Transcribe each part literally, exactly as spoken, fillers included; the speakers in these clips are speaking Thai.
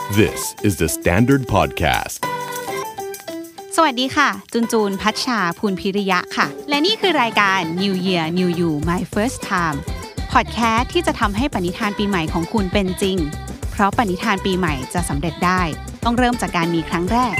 This is the Standard Podcast สวัสดีค่ะจุนจูนพัชชาภูลพิริยะค่ะและนี่คือรายการ New Year New You My First Time พอดแคสต์ที่จะทำให้ปณิธานปีใหม่ของคุณเป็นจริงเพราะปณิธานปีใหม่จะสำเร็จได้ต้องเริ่มจากการมีครั้งแรก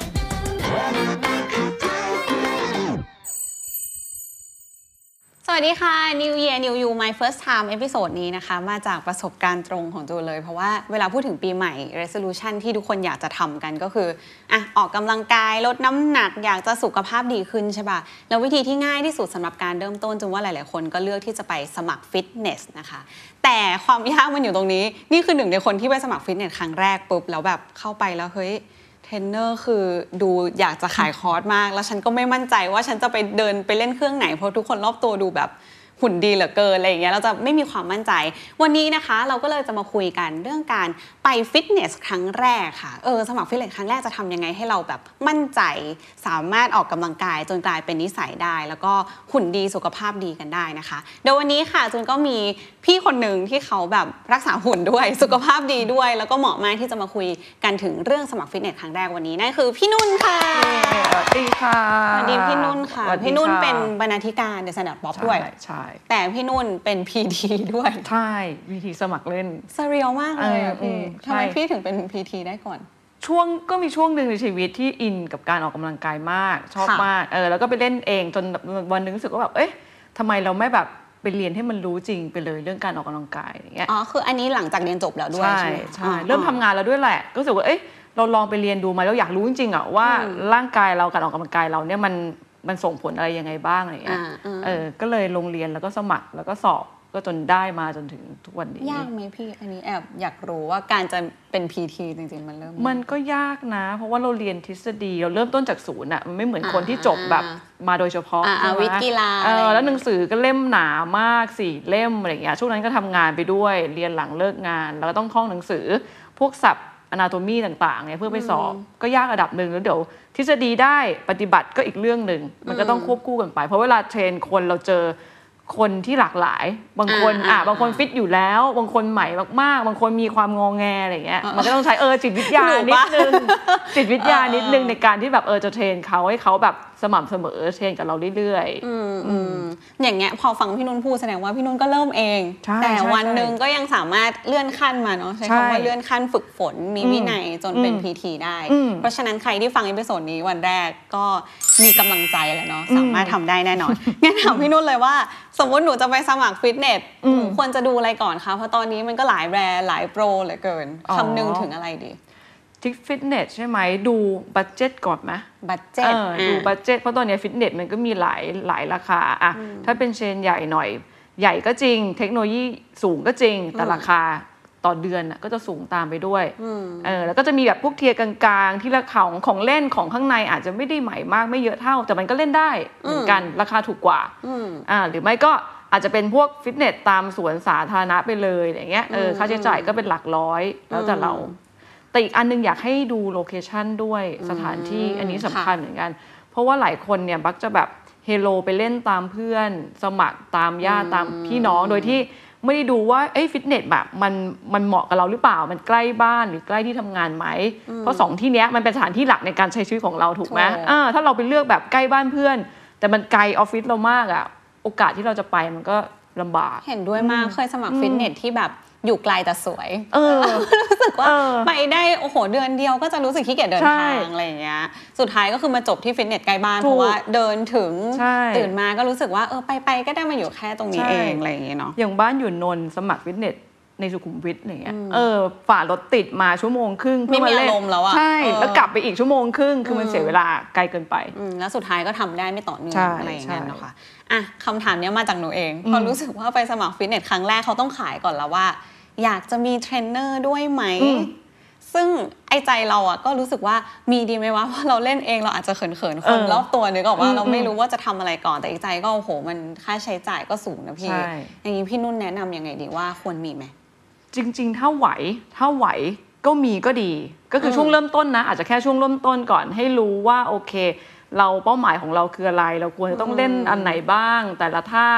สวัสดีค่ะ New Year New You My First Time เอพิโซดนี้นะคะมาจากประสบการณ์ตรงของจูนเลยเพราะว่าเวลาพูดถึงปีใหม่ resolution ที่ทุกคนอยากจะทำกันก็คืออ่ะออกกำลังกายลดน้ำหนักอยากจะสุขภาพดีขึ้นใช่ป่ะแล้ววิธีที่ง่ายที่สุดสำหรับการเริ่มต้นจูนว่าหลายๆคนก็เลือกที่จะไปสมัครฟิตเนสนะคะแต่ความยากมันอยู่ตรงนี้นี่คือหนึ่งในคนที่ไปสมัครฟิตเนสครั้งแรกปุ๊บแล้วแบบเข้าไปแล้วเฮ้ยเทรนเนอร์คือดูอยากจะขายคอร์สมากแล้วฉันก็ไม่มั่นใจว่าฉันจะไปเดินไปเล่นเครื่องไหนเพราะทุกคนรอบตัวดูแบบหุ่นดีเหลือเกินอะไรอย่างเงี้ยเราจะไม่มีความมั่นใจวันนี้นะคะเราก็เลยจะมาคุยกันเรื่องการไปฟิตเนสครั้งแรกค่ะเออสมัครฟิตเนสครั้งแรกจะทำยังไงให้เราแบบมั่นใจสามารถออกกำลังกายจนกลายเป็นนิสัยได้แล้วก็หุ่นดีสุขภาพดีกันได้นะคะเดี๋ยววันนี้ค่ะจูนก็มีพี่คนหนึ่งที่เขาแบบรักษาหุ่นด้วยสุขภาพดีด้วยแล้วก็เหมาะมากที่จะมาคุยกันถึงเรื่องสมัครฟิตเนสครั้งแรกวันนี้นั่นคือพี่นุ่นค่ะสวัสดีค่ะสวัสดีพี่นุ่นค่ะพี่นุ่นเป็นบรรณาธิการเดอะสแตนดาร์ดป๊อปด้วยใช่แต่พี่นุ่นเป็น พี ที ด้วยใช่พีทีสมัครเล่นเซเรียลมากเลยอ่ะพี่ทำไมพี่ถึงเป็น พี ที ได้ก่อนช่วงก็มีช่วงหนึ่งในชีวิตที่อินกับการออกกำลังกายมากชอบมากเออแล้วก็ไปเล่นเองจนวันนึงรู้สึกว่าแบบเอ๊ะทำไมเราไม่แบบไปเรียนให้มันรู้จริงไปเลยเรื่องการออกกำลังกายอย่างเงี้ยอ๋อคืออันนี้หลังจากเรียนจบแล้วด้วยใช่ไหมใช่เริ่มทำงานแล้วด้วยแหละก็รู้สึกว่าเอ๊ะเราลองไปเรียนดูมาแล้วอยากรู้จริงๆอ่ะว่าร่างกายเราการออกกำลังกายเราเนี่ยมันมันส่งผลอะไรยังไงบ้างอะไรเงี้ยเออก็เลยลงเรียนแล้วก็สมัครแล้วก็สอบก็จนได้มาจนถึงทุกวันนี้ยากไหมพี่อันนี้แอบอยากรู้ว่าการจะเป็น พี ที จริงๆมันเริ่มมันก็ยากนะเพราะว่าเราเรียนทฤษฎีเราเริ่มต้นจากศูนย์อ่ะมันไม่เหมือนคนที่จบแบบมาโดยเฉพาะใช่ไหมวิทย์กีฬาเออแล้วหนังสือก็เล่มหนามากสี่เล่มอะไรอย่างเงี้ยช่วงนั้นก็ทำงานไปด้วยเรียนหลังเลิกงานแล้วก็ต้องท่องหนังสือพวกศัพท์anatomy ต่างๆเนี่ยเพื่อไปสอบก็ยากระดับหนึ่งแล้วเดี๋ยวทฤษฎีได้ปฏิบัติก็อีกเรื่องหนึ่งมันก็ต้องควบคู่กันไปเพราะเวลาเทรนคนเราเจอคนที่หลากหลายบางคนอ่ะบางคนฟิตอยู่แล้วบางคนใหม่มากๆบางคนมีความงอแงอะไรอย่างเงี้ยมันก็ต้องใช้เออจิตวิทยานิดนึงจิตวิทยานิดนึงในการที่แบบเออจะเทรนเขาให้เขาแบบสม่ำเสมอเทรนกับเราเรื่อยๆอย่างเงี้ยพอฟังพี่นุ่นพูดแสดงว่าพี่นุ่นก็เริ่มเองแต่วันนึงก็ยังสามารถเลื่อนขั้นมาเนาะใช้คำว่าเลื่อนขั้นฝึกฝนมีวินัยจนเป็น พี ที ได้เพราะฉะนั้นใครที่ฟังเอพิโซดนี้วันแรกก็มีกำลังใจแล้วเนาะสามารถทำได้แน่นอนงั้นถามพี่นุ่นเลยว่าสมมติหนูจะไปสมัครฟิตเนสหนูควรจะดูอะไรก่อนคะเพราะตอนนี้มันก็หลายแบรนด์หลายโปรเหลือเกินคำนึงถึงอะไรดีที่ฟิตเนสใช่ไหมดูบัดเจ็ตก่อนไหมบัดเจ็ตดูบัดเจ็ตเพราะตอนนี้ฟิตเนสมันก็มีหลายหลายราคาอะถ้าเป็นเชนใหญ่หน่อยใหญ่ก็จริงเทคโนโลยีสูงก็จริงแต่ราคาต่อเดือนก็จะสูงตามไปด้วยเออแล้วก็จะมีแบบพวกเทียร์กลางๆที่ราคาของของเล่นของข้างในอาจจะไม่ได้ใหม่มากไม่เยอะเท่าแต่มันก็เล่นได้เหมือนกันราคาถูกกว่าอ่าหรือไม่ก็อาจจะเป็นพวกฟิตเนสตามสวนสาธารณะไปเลยอย่างเงี้ยเออค่าใช้จ่ายก็เป็นหลักร้อยแล้วแต่เราแต่อีกอันนึงอยากให้ดูโลเคชันด้วยสถานที่อันนี้สำคัญเหมือนกันเพราะว่าหลายคนเนี่ยมักจะแบบเฮโลไปเล่นตามเพื่อนสมัครตามญาติตามพี่น้องโดยที่ไม่ได้ดูว่าเอ้ยฟิตเนสแบบมันมันเหมาะกับเราหรือเปล่ามันใกล้บ้านหรือใกล้ที่ทำงานไหมเพราะสองที่เนี้ยมันเป็นสถานที่หลักในการใช้ชีวิตของเราถูกไหมอ่าถ้าเราไปเลือกแบบใกล้บ้านเพื่อนแต่มันไกลออฟฟิศเรามากอ่ะโอกาสที่เราจะไปมันก็ลำบากเห็นด้วยมากเคยสมัครฟิตเนสที่แบบอยู่ไกลแต่สวยเออรู้สึกว่าไปได้โอ้โหเดือนเดียวก็จะรู้สึกขี้เกียจเดินทางอะไรอย่างเงี้ยสุดท้ายก็คือมาจบที่ฟิตเนสใกล้บ้านเพราะว่าเดินถึงตื่นมาก็รู้สึกว่าเออไปไปก็ได้มาอยู่แค่ตรงนี้เองอะไรอย่างเงี้ยเนาะอย่างบ้านอยู่นนท์สมัครฟิตเนสในสุขุมวิทอะไรเงี้ยเออฝ่ารถติดมาชั่วโมงครึ่งเพื่อมาเล่นใช่แล้วกลับไปอีกชั่วโมงครึ่งคือมันเสียเวลาไกลเกินไปแล้วสุดท้ายก็ทำได้ไม่ต่อเนื่องอะไรอย่างเงี้ยนะคะอ่ะคำถามนี้มาจากหนูเองพอรู้สึกว่าไปสมัครฟิตเนสครั้งแรกเขาต้องขายก่อนแล้วว่าอยากจะมีเทรนเนอร์ด้วยไหมซึ่งไอ้ใจเราอ่ะก็รู้สึกว่ามีดีไหมวะเพราะเราเล่นเองเราอาจจะเขินๆคนรอบตัวนึกออกว่าเราไม่รู้ว่าจะทำอะไรก่อนแต่อีกใจก็โอ้โหมันค่าใช้จ่ายก็สูงนะพี่อย่างนี้พี่นุ่นแนะนำยังไงดีว่าควรมีไหมจริงๆถ้าไหวถ้าไหวก็มีก็ดีก็คือช่วงเริ่มต้นนะอาจจะแค่ช่วงเริ่มต้นก่อนให้รู้ว่าโอเคเราเป้าหมายของเราคืออะไรเราควรจะต้องเล่นอันไหนบ้างแต่ละท่า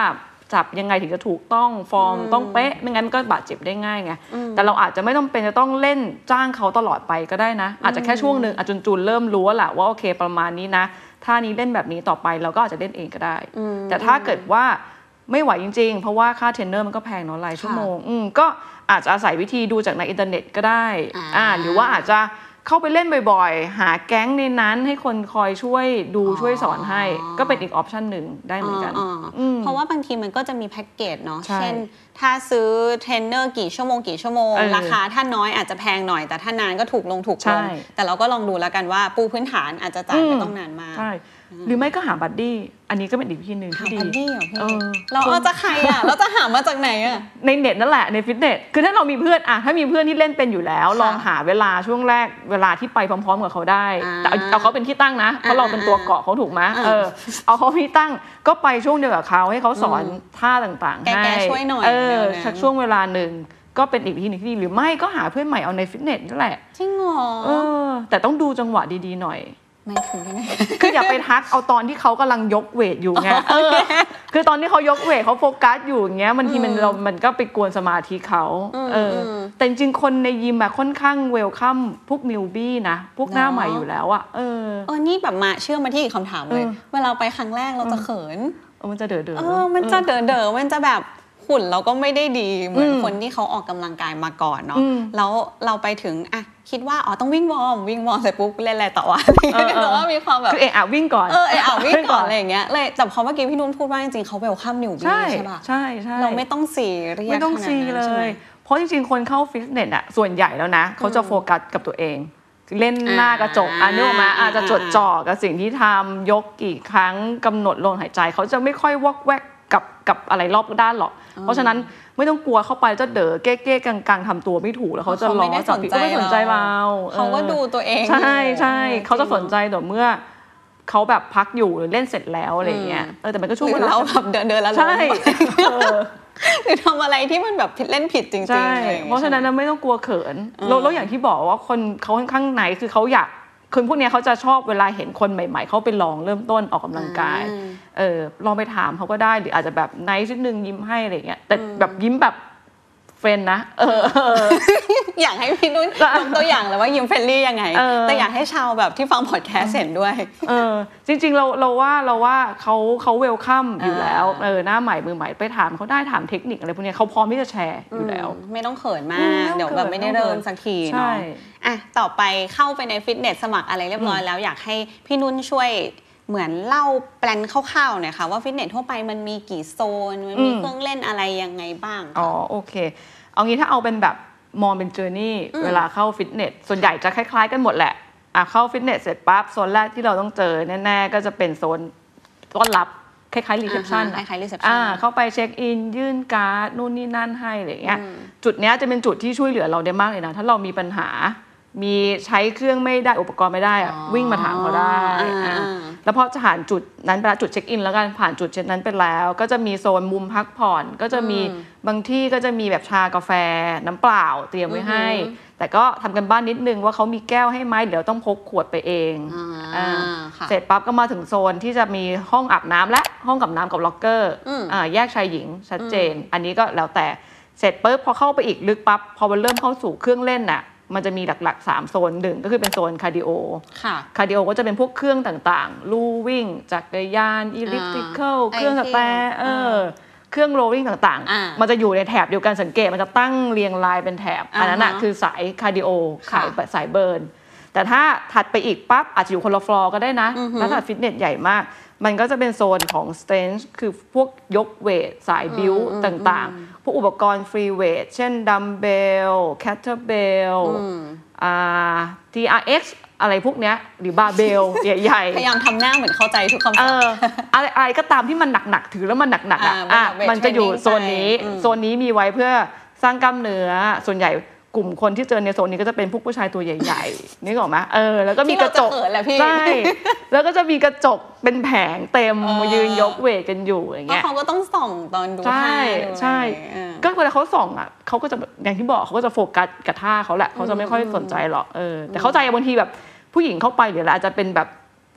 จับยังไงถึงจะถูกต้องฟอร์มต้องเป๊ะไม่งั้นมันก็บาดเจ็บได้ง่ายไงแต่เราอาจจะไม่ต้องเป็นจะต้องเล่นจ้างเขาตลอดไปก็ได้นะอาจจะแค่ช่วงนึงอาจจุนๆเริ่มรู้แหละว่าโอเคประมาณนี้นะท่านี้เล่นแบบนี้ต่อไปเราก็อาจจะเล่นเองก็ได้แต่ถ้าเกิดว่าไม่ไหวจริงๆเพราะว่าค่าเทรนเนอร์มันก็แพงเนาะรายชั่วโมงอืมก็อาจจะอาศัยวิธีดูจากในอินเทอร์เน็ตก็ได้อ่าหรือว่าอาจจะเข้าไปเล่นบ่อยๆหาแก๊งในนั้นให้คนคอยช่วยดูช่วยสอนให้ก็เป็นอีกออปชันหนึ่งได้เหมือนกันเพราะว่าบางทีมันก็จะมีแพ็กเกจเนาะเช่นถ้าซื้อเทรนเนอร์กี่ชั่วโมงกี่ชั่วโมงราคาถ้าน้อยอาจจะแพงหน่อยแต่ถ้านานก็ถูกลงถูกลงแต่เราก็ลองดูแล้วกันว่าปูพื้นฐานอาจจะจ่ายไม่ต้องนานมากหรือไม่ก็หาบัดดี้อันนี้ก็เป็นอีกวิธีหนึ่งที่ดีบัดดี้เหรอพี่เราเอาจะใครอ่ะเราจะหามาจากไหนอ่ะในเน็ตนั่นแหละในฟิตเนสคือถ้าเรามีเพื่อนอะถ้ามีเพื่อนที่เล่นเป็นอยู่แล้วลองหาเวลาช่วงแรกเวลาที่ไปพร้อมๆกับเขาได้แต่เอาเขาเป็นที่ตั้งนะเพราะเราเป็นตัวเกาะเขาถูกไหมเออเอาเขาที่ตั้งก็ไปช่วงเดียวกับเขาให้เขาสอนท่าต่างๆให้ช่วยหน่อยเออสักช่วงเวลาหนึ่งก็เป็นอีกวิธีหนึ่งที่ดีหรือไม่ก็หาเพื่อนใหม่เอาในฟิตเนสนั่นแหละจริงเหรอเออแต่ต้องดูจังหวะดีๆหน่อยไม่ถึงใช่ไหมคืออย่าไปทักเอาตอนที่เขากำลังยกเวทอยู่ไงคือตอนที่เขายกเวทเขาโฟกัสอยู่อย่างเงี้ยบางทีมันเรามันก็ไปกวนสมาธิเขาเออแต่จริงๆคนในยิมอะค่อนข้างเวลคัมพวกนิวบี้นะพวกหน้าใหม่อยู่แล้วอะเออเออนี่แบบมาเชื่อมาที่อีกคำถามเลยเวลาไปครั้งแรกเราจะเขินเออมันจะเด๋อเด๋อเออมันจะเด๋อเด๋อมันจะแบบหุ่นเราก็ไม่ได้ดีเหมือนคนที่เขาออกกำลังกายมาก่อนเนาะแล้วเราไปถึงอะคิดว่าอ๋อต้องวิ่งวอร์มวิ่งวอร์มเสร็จปุ๊บเล่นอะไรต่อวะแล้วก็มีความแบบคือเอออ่ะวิ่งก่อนเออเอออ่ะวิ่งก่อนอะไรอย่างเงี้ยเลยแต่พอเมื่อกี้พี่นุ่นพูดว่าจริงๆเขาเวลคัมนิวบี้ใช่ป่ะใช่ใช่เราไม่ต้องซีเรียสไม่ต้องซีเลยเพราะจริงๆคนเข้าฟิตเนสอะส่วนใหญ่แล้วนะเขาจะโฟกัสกับตัวเองเล่นหน้ากระจกอ่ะนึกออกมาอาจจะจดจ่อกับสิ่งที่ทำยกกี่ครั้งกำหนดลมหายใจเขาจะไม่ค่อยวอกแวกกับกับอะไรรอบด้านหรอกเพราะฉะนั้นไม่ต้องกลัวเข้าไปจะเด๋อเก๊ๆกังๆทำตัวไม่ถูกแล้วเขาจะล้อจับผิดก็ไม่สนใจเราเขาก็ดูตัวเองใช่ใช่เขาจะสนใจต่อเมื่อเขาแบบพักอยู่หรือเล่นเสร็จแล้วอะไรเงี้ยเออแต่มันก็ช่วงเวลาเราแบบเดินเดินแล้วใช่หรือทำอะไรที่มันแบบเล่นผิดจริงๆใช่เพราะฉะนั้นไม่ต้องกลัวเขินแล้วอย่างที่บอกว่าคนเขาข้างในคือเขาอยากคนพวกนี้เขาจะชอบเวลาเห็นคนใหม่ๆเขาไปลองเริ่มต้นออกกำลังกายเออลองไปถามเขาก็ได้หรืออาจจะแบบไนท์นิดนึงยิ้มให้อะไรเงี้ยแต่แบบยิ้มแบบเฟรนนะเอออยากให้พี่นุ่นยกตัวอย่างเลยว่ายิ้มเฟรนลี่ยังไงแต่อยากให้ชาวแบบที่ฟังพอดแคสต์เห็นด้วยเออจริงๆเราเราว่าเราว่าเขาเขาเวลคัมอยู่แล้วเออหน้าใหม่มือใหม่ไปถามเขาได้ถามเทคนิคอะไรพวกนี้เขาพร้อมที่จะแชร์อยู่แล้วไม่ต้องเขินมากเดี๋ยวแบบไม่ได้เริ่มสักทีเนาะอ่ะต่อไปเข้าไปในฟิตเนสสมัครอะไรเรียบร้อยแล้วอยากให้พี่นุ่นช่วยเหมือนเล่าแปลนคร่าวๆหน่อยค่ะว่าฟิตเนสทั่วไปมันมีกี่โซนมันมีเครื่องเล่นอะไรยังไงบ้างอ๋อโอเคเอางี้ถ้าเอาเป็นแบบมองเป็นเจอร์นี่เวลาเข้าฟิตเนสส่วนใหญ่จะคล้ายๆกันหมดแหละอ่ะเข้าฟิตเนสเสร็จปั๊บโซนแรกที่เราต้องเจอแน่ๆก็จะเป็นโซนต้อนรับคล้ายๆรีเซพชันคล้ายๆรีเซพชันอ่าเข้าไปเช็คอินยื่นการ์ดนู่นนี่นั่นให้อะไรอย่างเงี้ยจุดเนี้ยจะเป็นจุดที่ช่วยเหลือเราได้มากเลยนะถ้าเรามีปัญหามีใช้เครื่องไม่ได้อุปกรณ์ไม่ได้อะวิ่งมาถามเขาได้แล้วพอจะผ่านจุดนั้นไปแล้วจุดเช็คอินแล้วกันผ่านจุดเช็คนั้นไปแล้วก็จะมีโซนมุมพักผ่อนก็จะมีบางที่ก็จะมีแบบชากาแฟน้ำเปล่าเตรียมไว้ให้แต่ก็ทำกันบ้านนิดนึงว่าเขามีแก้วให้ไหมเดี๋ยวต้องพกขวดไปเองเสร็จปั๊บก็มาถึงโซนที่จะมีห้องอาบน้ำและห้องกับน้ำกับล็อกเกอร์แยกชายหญิงชัดเจนอันนี้ก็แล้วแต่เสร็จปุ๊บพอเข้าไปอีกลึกปั๊บพอมันเริ่มเข้าสู่เครื่องเล่นน่ะมันจะมีหลักๆสามโซนหนึ่งก็คือเป็นโซนคาร์ดิโอค่ะคาร์ดิโอก็จะเป็นพวกเครื่องต่างๆลู่วิ่งจักรยานอิเล็กทริคอลเครื่องสแตร์เออเครื่องโรลลิ่งต่างๆมันจะอยู่ในแถบเดียวกันสังเกตมันจะตั้งเรียงรายเป็นแถบอันนั้นน่ะคือสายคาร์ดิโอขายสายเบิร์นแต่ถ้าถัดไปอีกปั๊บอาจจะอยู่คนละฟลอร์ก็ได้นะแล้วถ้าฟิตเนสใหญ่มากมันก็จะเป็นโซนของสเตนจ์คือพวกยกเวทสายบิวต่างๆพวกอุปกรณ์ฟรีเวทเช่นดัมเบลแคทเทอร์เบลอ่า ที อาร์ เอ็กซ์ อะไรพวกเนี้ยหรือบาร์เบลใหญ่ๆพยายามทำหน้าเหมือนเข้าใจทุกคำศัพท์เอออะไรอะไรก็ตามที่มันหนักๆถือแล้วมันหนักๆอ่ะอ่ะมันจะอยู่โซนนี้โซนนี้มีไว้เพื่อสร้างกล้ามเนื้อส่วนใหญ่กลุ่มคนที่เจอในโซนนี้ก็จะเป็นพวกผู้ชายตัวใหญ่ๆนึกออกไหมเออแล้วก็มีกระจกใช่แล้วก็จะมีกระจกเป็นแผงเต็มยืนยกเวทกันอยู่อย่างเงี้ยเขาก็ต้องส่องตอนดูท่าใช่ใช่ก็เวลาเขาส่องอ่ะเขาก็จะอย่างที่บอกเขาก็จะโฟกัสกับท่าเขาแหละเขาจะไม่ค่อยสนใจหรอกเออแต่เข้าใจบางทีแบบผู้หญิงเข้าไปหรืออะไรอาจจะเป็นแบบ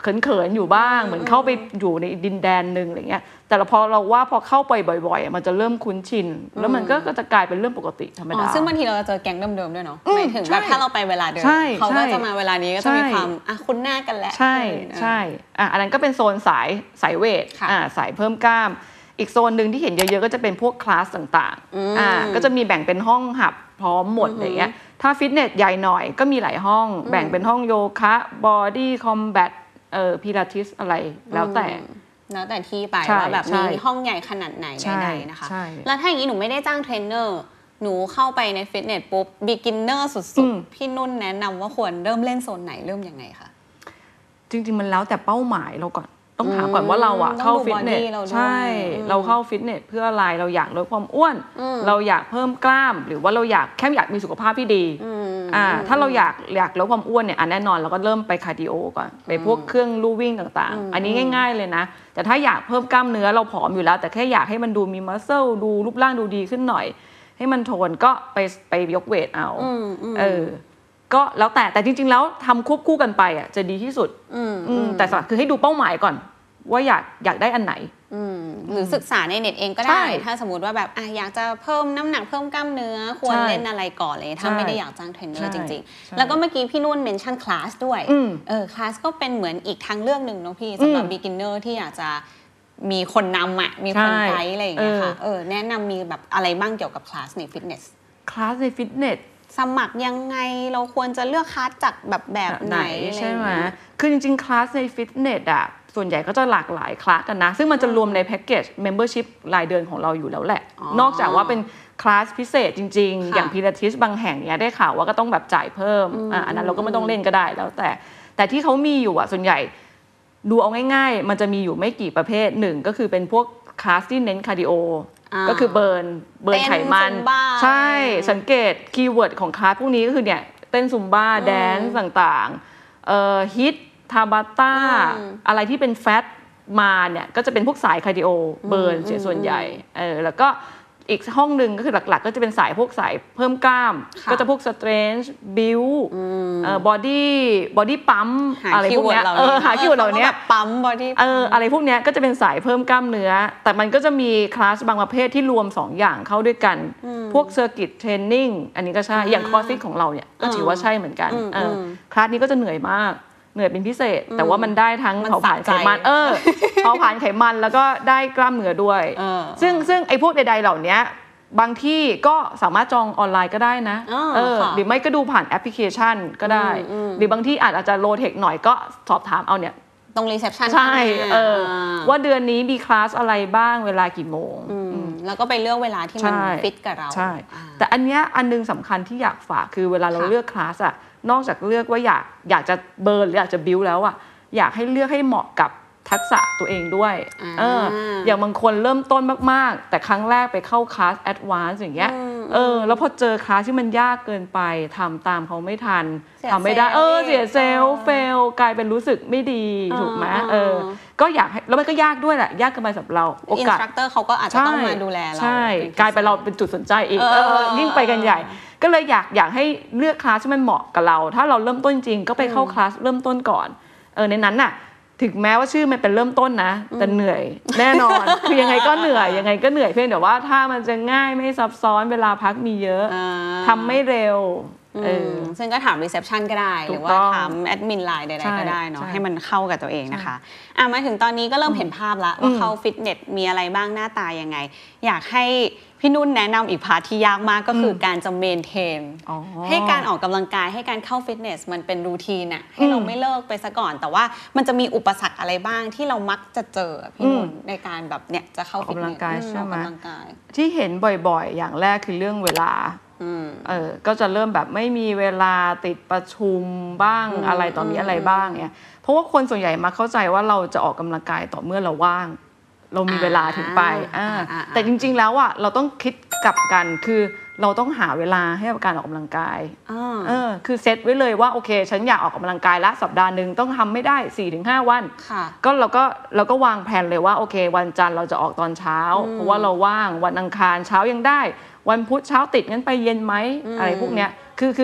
เขินๆอยู่บ้างเหมือนเข้าไปอยู่ในดินแดนนึงอะไรเงี้ยแต่พอเราว่าพอเข้าไปบ่อยๆมันจะเริ่มคุ้นชินแล้วมันก็จะกลายเป็นเรื่องปกติธรรมดาซึ่งบางทีเราจะเจอแก๊งเดิมๆด้วยเนาะหมายถึงแบบถ้าเราไปเวลาเดิมเขาก็จะมาเวลานี้ก็จะมีความอ่ะคุ้นหน้ากันแล้วใช่ใช่อ่ะอันนั้นก็เป็นโซนสายสายเวทอ่ะสายเพิ่มกล้ามอีกโซนหนึ่งที่เห็นเยอะๆก็จะเป็นพวกคลาสต่างๆอ่าก็จะมีแบ่งเป็นห้องหับพร้อมหมดอะไรเงี้ยถ้าฟิตเนสใหญ่หน่อยก็มีหลายห้องแบ่งเป็นห้องโยคะบอดี้คอมแบทเอ่อพิลาทิสอะไรแล้วแต่แล้วแต่ที่ไปว่าแบบมีห้องใหญ่ขนาดไหนใดๆนะคะแล้วถ้าอย่างนี้หนูไม่ได้จ้างเทรนเนอร์หนูเข้าไปในฟิตเนสปุ๊บบิ๊กินเนอร์สุดๆพี่นุ่นแนะนำว่าควรเริ่มเล่นโซนไหนเริ่มยังไงคะจริงๆมันแล้วแต่เป้าหมายเราก่อนต้องถามก่อนว่าเราอะเข้าฟิตเนสใช่เราเข้าฟิตเนสเพื่ออะไรเราอยากลดความอ้วนเราอยากเพิ่มกล้ามหรือว่าเราอยากแค่อยากมีสุขภาพที่ดีอ่าถ้าเราอยากอยากลดความอ้วนเนี่ยอันแน่นอนเราก็เริ่มไปคาร์ดิโอก่อนไปพวกเครื่องลู่วิ่งต่างๆอันนี้ง่ายๆเลยนะแต่ถ้าอยากเพิ่มกล้ามเนื้อเราผอมอยู่แล้วแต่แค่อยากให้มันดูมีมัสเซลดูรูปร่างดูดีขึ้นหน่อยให้มันโทนก็ไปไปยกเวทเอาเออก็แล้วแต่แต่จริงๆแล้วทำควบคู่กันไปอ่ะจะดีที่สุดแต่สักคือให้ดูเป้าหมายก่อนว่าอยากอยากได้อันไหนหรือศึกษาในเน็ตเองก็ได้ถ้าสมมติว่าแบบอ่ะอยากจะเพิ่มน้ำหนักเพิ่มกล้ามเนื้อควรเล่นอะไรก่อนเลยถ้าไม่ได้อยากจ้างเทรนเนอร์จริงๆแล้วก็เมื่อกี้พี่นุ่นเมนชั่นคลาสด้วยเออคลาสก็เป็นเหมือนอีกทางเลือกหนึ่งเนาะพี่สำหรับ beginner ที่อยากจะมีคนนำอ่ะมีคนไกด์อะไรอย่างเงี้ยค่ะเออแนะนำมีแบบอะไรบ้างเกี่ยวกับคลาสในฟิตเนสคลาสในฟิตเนสสมัครยังไงเราควรจะเลือกคลาสจากแบบแบบไหนใช่ไหมคือจริงๆคลาสในฟิตเนสอ่ะส่วนใหญ่ก็จะหลากหลายคลาสกันนะซึ่งมันจะรวมในแพ็กเกจ membership รายเดือนของเราอยู่แล้วแหละนอกจากว่าเป็นคลาสพิเศษจริงๆอย่างพิลาทิสบางแห่งเนี้ยได้ข่าวว่าก็ต้องแบบจ่ายเพิ่มอ่ะอันนั้นเราก็ไม่ต้องเล่นก็ได้แล้วแต่แต่ที่เขามีอยู่อ่ะส่วนใหญ่ดูเอาง่ายๆมันจะมีอยู่ไม่กี่ประเภทหนึ่งก็คือเป็นพวกคลาสที่เน้นคาร์ดิโอก็คือเบิร์นเบิร์นไขมันใช่สังเกตคีย์เวิร์ดของคลาสพวกนี้ก็คือเนี่ยเต้นซุมบ้าแดนซ์ต่างๆเอ่อฮิตทาบาต้าอะไรที่เป็นแฟตมาเนี่ยก็จะเป็นพวกสายคาร์ดิโอเบิร์นเสียส่วนใหญ่เออแล้วก็อีกห้องหนึ่งก็คือหลักๆก็จะเป็นสายพวกสายเพิ่มกล้ามก็จะพวกสเตรนจ์บิวเอ่อบอดี้บอดี้ปั๊มอะไรพวกเนี้ยเออหาคีย์เวิร์ดเหล่านี้ปั๊มบอดี้เอออะไรพวกเนี้ยก็จะเป็นสายเพิ่มกล้ามเนื้อแต่มันก็จะมีคลาสบางประเภทที่รวมสองอย่างเข้าด้วยกันพวกเซอร์กิตเทรนนิ่งอันนี้ก็ใช่อย่างคอร์สฟิตของเราเนี่ยก็ถือว่าใช่เหมือนกันเออคลาสนี้ก็จะเหนื่อยมากเหนื่อยเป็นพิเศษแต่ว่ามันได้ทั้งเผาผลาญไขมันเออเผาผลาญไขมันแล้วก็ได้กล้ามเนื้อด้วยซึ่งซึ่งไอ้พวกใดๆเหล่านี้บางที่ก็สามารถจองออนไลน์ก็ได้นะเออหรือไม่ก็ดูผ่านแอปพลิเคชันก็ได้หรือบางที่อาจจะโลเทคหน่อยก็สอบถามเอาเนี่ยตรงรีเซพชันใช่เออว่าเดือนนี้มีคลาสอะไรบ้างเวลากี่โมงแล้วก็ไปเลือกเวลาที่มันฟิตกับเราใช่แต่อันเนี้ยอันนึงสำคัญที่อยากฝากคือเวลาเราเลือกคลาสอะนอกจากเลือกว่าอยากอยากจะเบิร์นหรืออยากจะบิ้วแล้วอะอยากให้เลือกให้เหมาะกับทักษะตัวเองด้วยเอออย่างบางคนเริ่มต้นมากๆแต่ครั้งแรกไปเข้าคลาสแอดวานซ์อย่างเงี้ยเออแล้วพอเจอคลาสที่มันยากเกินไปทำตามเขาไม่ทันทำไม่ได้เออเสียเซลล์เฟลกลายเป็นรู้สึกไม่ดีถูกไหมเออก็อยากให้แล้วมันก็ยากด้วยแหละยากเกินไปสำหรับเราโอกาสอินสตรัคเตอร์เขาก็อาจจะต้องมาดูแลเราใช่กลายเป็นเราเป็นจุดสนใจอีกเออยิ่งไปกันใหญ่ก็เลยอยากอยากให้เลือกคลาสที่มันเหมาะกับเราถ้าเราเริ่มต้นจริงก็ไปเข้าคลาสเริ่มต้นก่อนเออในนั้นน่ะถึงแม้ว่าชื่อมันเป็นเริ่มต้นนะแต่เหนื่อยแน่นอนคือยังไงก็เหนื่อยยังไงก็เหนื่อยเพียงแต่ว่าถ้ามันจะง่ายไม่ซับซ้อนเวลาพักมีเยอะทำไม่เร็วซึ่งก็ถามรีเซพชันก็ได้หรือว่าถามแอดมินไลน์ใดๆก็ได้เนาะให้มันเข้ากับตัวเองนะคะอ่ะมาถึงตอนนี้ก็เริ่มเห็นภาพแล้วว่าเข้าฟิตเนสมีอะไรบ้างหน้าตายังไงอยากให้พี่นุ่นแนะนำอีกพาร์ทที่ยากมากก็คือการจะเมนเทนให้การออกกำลังกายให้การเข้าฟิตเนสมันเป็นรูทีนอะให้เราไม่เลิกไปซะก่อนแต่ว่ามันจะมีอุปสรรคอะไรบ้างที่เรามักจะเจอพี่นุ่นในการแบบเนี่ยจะเข้าฟิตเนสใช่ไหมที่เห็นบ่อยๆอย่างแรกคือเรื่องเวลาเออก็จะเริ่มแบบไม่มีเวลาติดประชุมบ้างอะไรต่อมีอะไรบ้างเนี่ยเพราะว่าคนส่วนใหญ่มาเข้าใจว่าเราจะออกกำลังกายต่อเมื่อเราว่างเรามีเวลาถึงไปแต่จริงๆแล้วอ่ะเราต้องคิดกลับกันคือเราต้องหาเวลาให้กับการออกกำลังกายเออคือเซตไว้เลยว่าโอเคฉันอยากออกกำลังกายละสัปดาห์นึงต้องทำไม่ได้ สี่ถึงห้า วันก็เราก็เราก็วางแผนเลยว่าโอเควันจันทร์เราจะออกตอนเช้าเพราะว่าเราว่างวันอังคารเช้ายังได้วันพุธเช้าติดงั้นไปเย็นไหมอะไรพวกเนี้ยคือคือ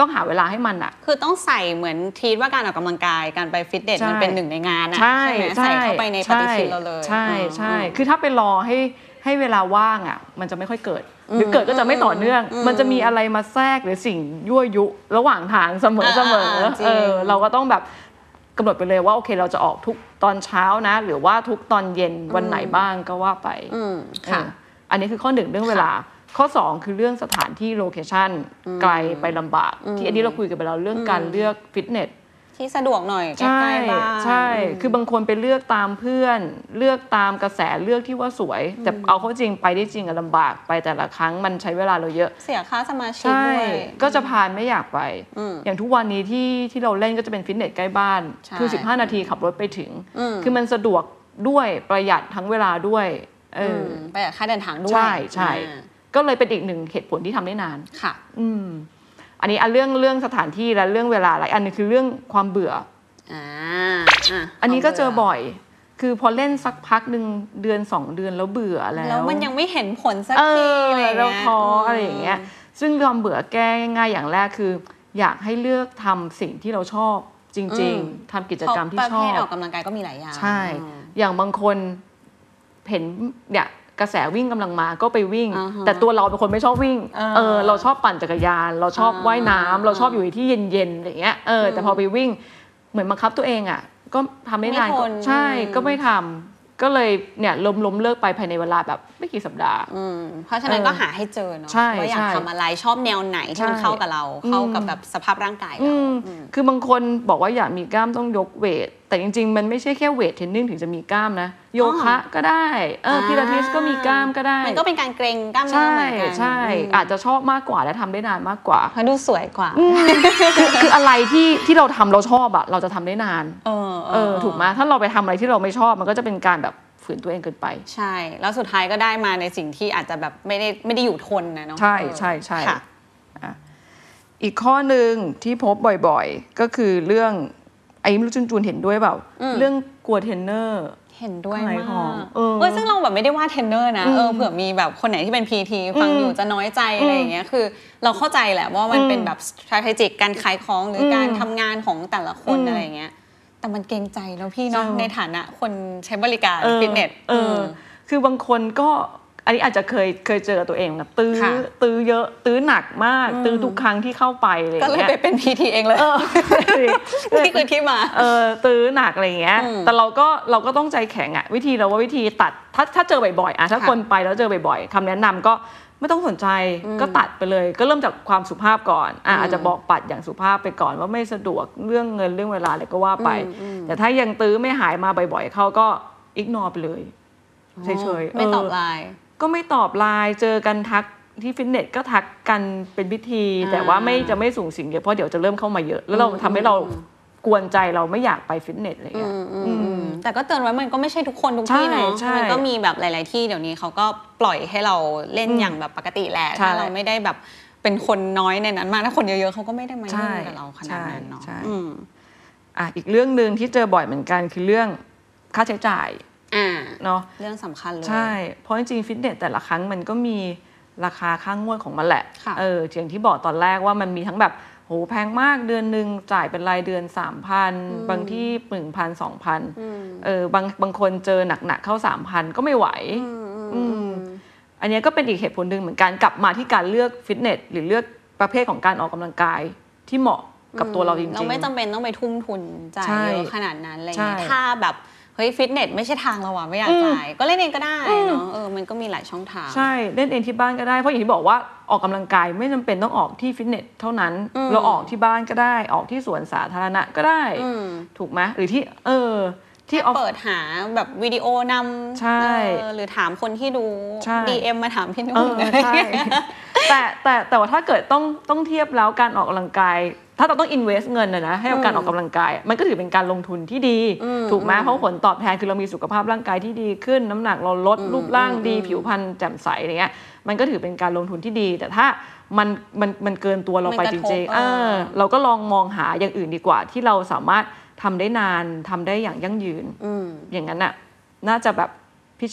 ต้องหาเวลาให้มันอ่ะคือต้องใส่เหมือนทีทว่าการออกกำลังกายการไปฟิตเนสมันเป็นหนึ่งในงานอ่ะใช่ไหมใส่เข้าไปในปฏิทินเราเลยใช่ใช่คือถ้าไปรอให้ให้เวลาว่างอ่ะมันจะไม่ค่อยเกิดหรือเกิดก็จะไม่ต่อเนื่องมันจะมีอะไรมาแทรกหรือสิ่งยั่วยุระหว่างทางเสมอเสมอเออเราก็ต้องแบบกำหนดไปเลยว่าโอเคเราจะออกทุกตอนเช้านะหรือว่าทุกตอนเย็นวันไหนบ้างก็ว่าไปค่ะอันนี้คือข้อหนึ่งเรื่องเวลาข้อสองคือเรื่องสถานที่โลเคชั่นไกลไปลำบากที่อันนี้เราคุยกันไปแล้วเรื่องการเลือกฟิตเนสที่สะดวกหน่อยใกล้ๆบ้านใช่คือบางคนไปเลือกตามเพื่อนเลือกตามกระแสเลือกที่ว่าสวยแต่เอาเข้าจริงไปได้จริงอะลำบากไปแต่ละครั้งมันใช้เวลาเราเยอะเสียค่าสมาชิกด้วยก็จะพานไม่อยากไปอย่างทุกวันนี้ที่ที่เราเล่นก็จะเป็นฟิตเนสใกล้บ้านคือสิบห้านาทีขับรถไปถึงคือมันสะดวกด้วยประหยัดทั้งเวลาด้วยเออประหยัดค่าเดินทางด้วยใช่ใช่ก็เลยเป็นอีกหนึ่งเหตุผลที่ทำได้นานค่ะอืมอันนี้อันเรื่องเรื่องสถานที่และเรื่องเวลาอะไรอันนึงคือเรื่องความเบื่ออ่าอันนี้ก็เจอบ่อยคือพอเล่นสักพักหนึ่งเดือนสองเดือนแล้วเบื่อแล้วแล้วมันยังไม่เห็นผลสักทีอะไรเงี้ยเราท้ออะไรอย่างเงี้ยซึ่งความเบื่อแก้ง่ายอย่างแรกคืออยากให้เลือกทำสิ่งที่เราชอบจริงๆทำกิจกรรมที่ชอบประเภทออกกำลังกายก็มีหลายอย่างใช่อย่างบางคนเห็นเนี่ยกระแสวิ่งกำลังมาก็ไปวิ่ง uh-huh. แต่ตัวเราเป็นคนไม่ชอบวิ่ง uh-huh. เออเราชอบปั่นจักรยานเราชอบ uh-huh. ว่ายน้ำเราชอบอยู่ที่เย็นๆอะไรเงี้ยเออ uh-huh. แต่พอไปวิ่งเหมือนบังคับตัวเองอ่ะก็ทำไม่นานใช่ก็ไม่ทำก็เลยเนี่ยล้มล้มเลิกไปภายในเวลาแบบไม่กี่สัปดาห์เพราะฉะนั้นก็หาให้เจอเนาะว่าอยากทำอะไรชอบแนวไหนที่มันเข้ากับเราเข้ากับแบบสภาพร่างกายเราคือบางคนบอกว่าอยากมีกล้ามต้องยกเวทแต่จริงๆมันไม่ใช่แค่เวทเทรนนิ่งถึงจะมีกล้ามนะโยคะก็ได้เออพิลาทิสก็มีกล้ามก็ได้มันก็เป็นการเกร็งกล้ามเนื้อเหมือนกันใช่อาจจะชอบมากกว่าและทำได้นานมากกว่าเพราะดูสวยกว่าคืออะไรที่ที่เราทำเราชอบอะเราจะทำได้นานเออเออถูกไหมถ้าเราไปทำอะไรที่เราไม่ชอบมันก็จะเป็นการแบบฝืนตัวเองเกินไปใช่แล้วสุดท้ายก็ได้มาในสิ่งที่อาจจะแบบไม่ได้ไม่ได้อยู่ทนนะเนาะใช่ใช่ใช่อีกข้อหนึ่งที่พบบ่อยๆก็คือเรื่องไอ้ไม่รู้จุนจูนเห็นด้วยเปล่าเรื่องกลัวเทรนเนอร์เห็นด้วยมากเออซึ่งเราแบบไม่ได้ว่าเทรนเนอร์นะเออเผื่อมีแบบคนไหนที่เป็น พี ที ฟังอยู่จะน้อยใจอะไรอย่างเงี้ยคือเราเข้าใจแหละว่ามันเป็นแบบ strategic การขายของหรือการทำงานของแต่ละคนอะไรอย่างเงี้ยแต่มันเกรงใจเนาะพี่เนาะในฐานะคนใช้บริการฟิตเนสคือบางคนก็อันนี้อาจจะเคยเคยเจอตัวเองนะตื้อตื้อเยอะตื้อหนักมากตื้อทุกครั้งที่เข้าไปเลยก็เลยไปเป็น พี ที เองเลยนี่คือที่มาเออตื้อหนักอะไรเงี้ยแต่เราก็เราก็ต้องใจแข็งอ่ะวิธีเราว่าวิธีตัดถ้าถ้าเจอบ่อยๆอ่ะถ้าคนไปแล้วเจอบ่อยๆคำแนะนำก็ไม่ต้องสนใจก็ตัดไปเลยก็เริ่มจากความสุภาพก่อนอ่ะอาจจะบอกปัดอย่างสุภาพไปก่อนว่าไม่สะดวกเรื่องเงินเรื่องเวลาอะไรก็ว่าไปแต่ถ้ายังตื้อไม่หายมาบ่อยๆเขาก็อิกนอร์ไปเลยเฉยๆไม่ตอบไลน์ก็ไม่ตอบไลน์เจอกันทักที่ฟิตเนสก็ทักกันเป็นพิธีแต่ว่าไม่จะไม่สูงสิงเยอะเพราะเดี๋ยวจะเริ่มเข้ามาเยอะแล้วเราทำให้เรากวนใจเราไม่อยากไปฟิตเนสอะไรอย่างเงี้ยแต่ก็เตือนไว้มันก็ไม่ใช่ทุกคนทุกที่เนาะมันก็มีแบบหลายๆที่เดี๋ยวนี้เขาก็ปล่อยให้เราเล่นอย่างแบบปกติแหละถ้าเราไม่ได้แบบเป็นคนน้อยในนั้นมากถ้าคนเยอะๆเขาก็ไม่ได้มายุ่งกับเราขนาดนั้นเนาะอ่ะอีกเรื่องนึงที่เจอบ่อยเหมือนกันคือเรื่องค่าใช้จ่ายเนาะเรื่องสำคัญเลยใช่เพราะจริงๆฟิตเนสแต่ละครั้งมันก็มีราคาค่างวดของมันแหละเอออย่างที่บอกตอนแรกว่ามันมีทั้งแบบโหแพงมากเดือนนึงจ่ายเป็นรายเดือน สามพัน บางที่ หนึ่งพัน สองพัน เออบางบางคนเจอหนักๆเข้า สามพัน ก็ไม่ไหวอันนี้ก็เป็นอีกเหตุผลนึงเหมือนกันกลับมาที่การเลือกฟิตเนสหรือเลือกประเภทของการออกกำลังกายที่เหมาะกับตัวเราจริงๆเราไม่จำเป็นต้องไปทุ่มทุนจ่ายเยอะขนาดนั้นอะไรอย่างเงี้ยถ้าแบบเฮ้ยฟิตเนสไม่ใช่ทางเราอ่ะไม่อยากจ่ายก็เล่นเองก็ได้เนาะเออมันก็มีหลายช่องทางใช่เล่นเองที่บ้านก็ได้เพราะอย่างที่บอกว่าออกกำลังกายไม่จำเป็นต้องออกที่ฟิตเนสเท่านั้นเราออกที่บ้านก็ได้ออกที่สวนสาธารณะก็ได้ถูกไหมหรือที่เออที่เปิดหาแบบวิดีโอนำใช่หรือถามคนที่ดู ดี เอ็ม มาถามพี่นุ่นแต่แต่แต่ว่าถ้าเกิดต้องต้องเทียบแล้วการออกกำลังกายถ้าเราต้อง invest เงินนะนะให้กับการออกกำลังกายมันก็ถือเป็นการลงทุนที่ดีถูกไหมเพราะผลตอบแทนคือเรามีสุขภาพร่างกายที่ดีขึ้นน้ำหนักเราลดรูปร่างดีผิวพรรณแจ่มใสอะไรเงี้ยมันก็ถือเป็นการลงทุนที่ดีแต่ถ้ามันมันมันเกินตัวเราไปจริงๆเออเราก็ลองมองหาอย่างอื่นดีกว่าที่เราสามารถทำได้นานทำได้อย่างยั่งยืนอย่างนั้นน่ะน่าจะแบบพิชิต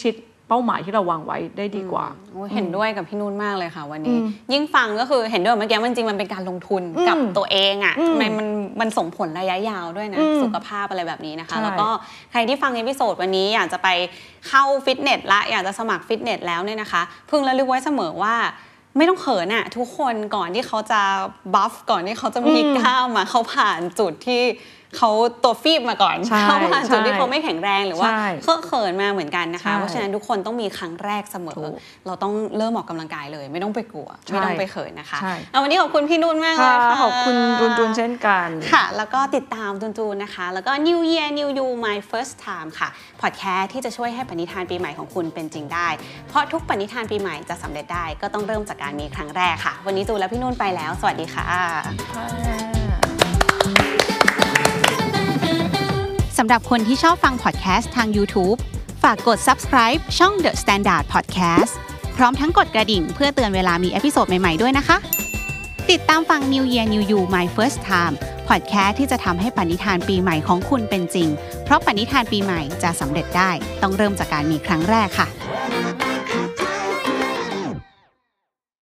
เป้าหมายที่เราวางไว้ได้ดีกว่าเห็นด้วยกับพี่นุ่นมากเลยค่ะวันนี้ยิ่งฟังก็คือเห็นด้วยเมื่อกี้มันจริงมันเป็นการลงทุนกับตัวเองอ่ะมันมันมันส่งผลระยะยาวด้วยนะสุขภาพอะไรแบบนี้นะคะแล้วก็ใครที่ฟังเอพิโซดวันนี้อยากจะไปเข้าฟิตเนสละอยากจะสมัครฟิตเนสแล้วเนี่ยนะคะพึงระลึกไว้เสมอว่าไม่ต้องเขินอ่ะทุกคนก่อนที่เขาจะบัฟก่อนที่เขาจะมีกล้ามมาเขาผ่านจุดที่เขาตัวฟีบมาก่อนเขาผ่านจุดที่เขาไม่แข็งแรงหรือว่าเคอะเขินมาเหมือนกันนะคะเพราะฉะนั้นทุกคนต้องมีครั้งแรกเสมอเราต้องเริ่มออกกำลังกายเลยไม่ต้องไปกลัวไม่ต้องไปเขินนะคะวันนี้ขอบคุณพี่นุ่นมากเลยค่ะขอบคุณจูนจูนเช่นกันค่ะแล้วก็ติดตามจูนจูนนะคะแล้วก็ New Year New You My First Time ค่ะพอดแคสต์ที่จะช่วยให้ปณิธานปีใหม่ของคุณเป็นจริงได้เพราะทุกปณิธานปีใหม่จะสำเร็จได้ก็ต้องเริ่มจากการมีครั้งแรกค่ะวันนี้จูนและพี่นุ่นไปแล้วสวัสดีค่ะสำหรับคนที่ชอบฟังพอดแคสต์ทาง YouTube ฝากกด Subscribe ช่อง The Standard Podcast พร้อมทั้งกดกระดิ่งเพื่อเตือนเวลามีเอพิโซดใหม่ๆด้วยนะคะติดตามฟัง New Year New You My First Time พอดแคสต์ที่จะทำให้ปณิธานปีใหม่ของคุณเป็นจริงเพราะปณิธานปีใหม่จะสำเร็จได้ต้องเริ่มจากการมีครั้งแรกค่ะ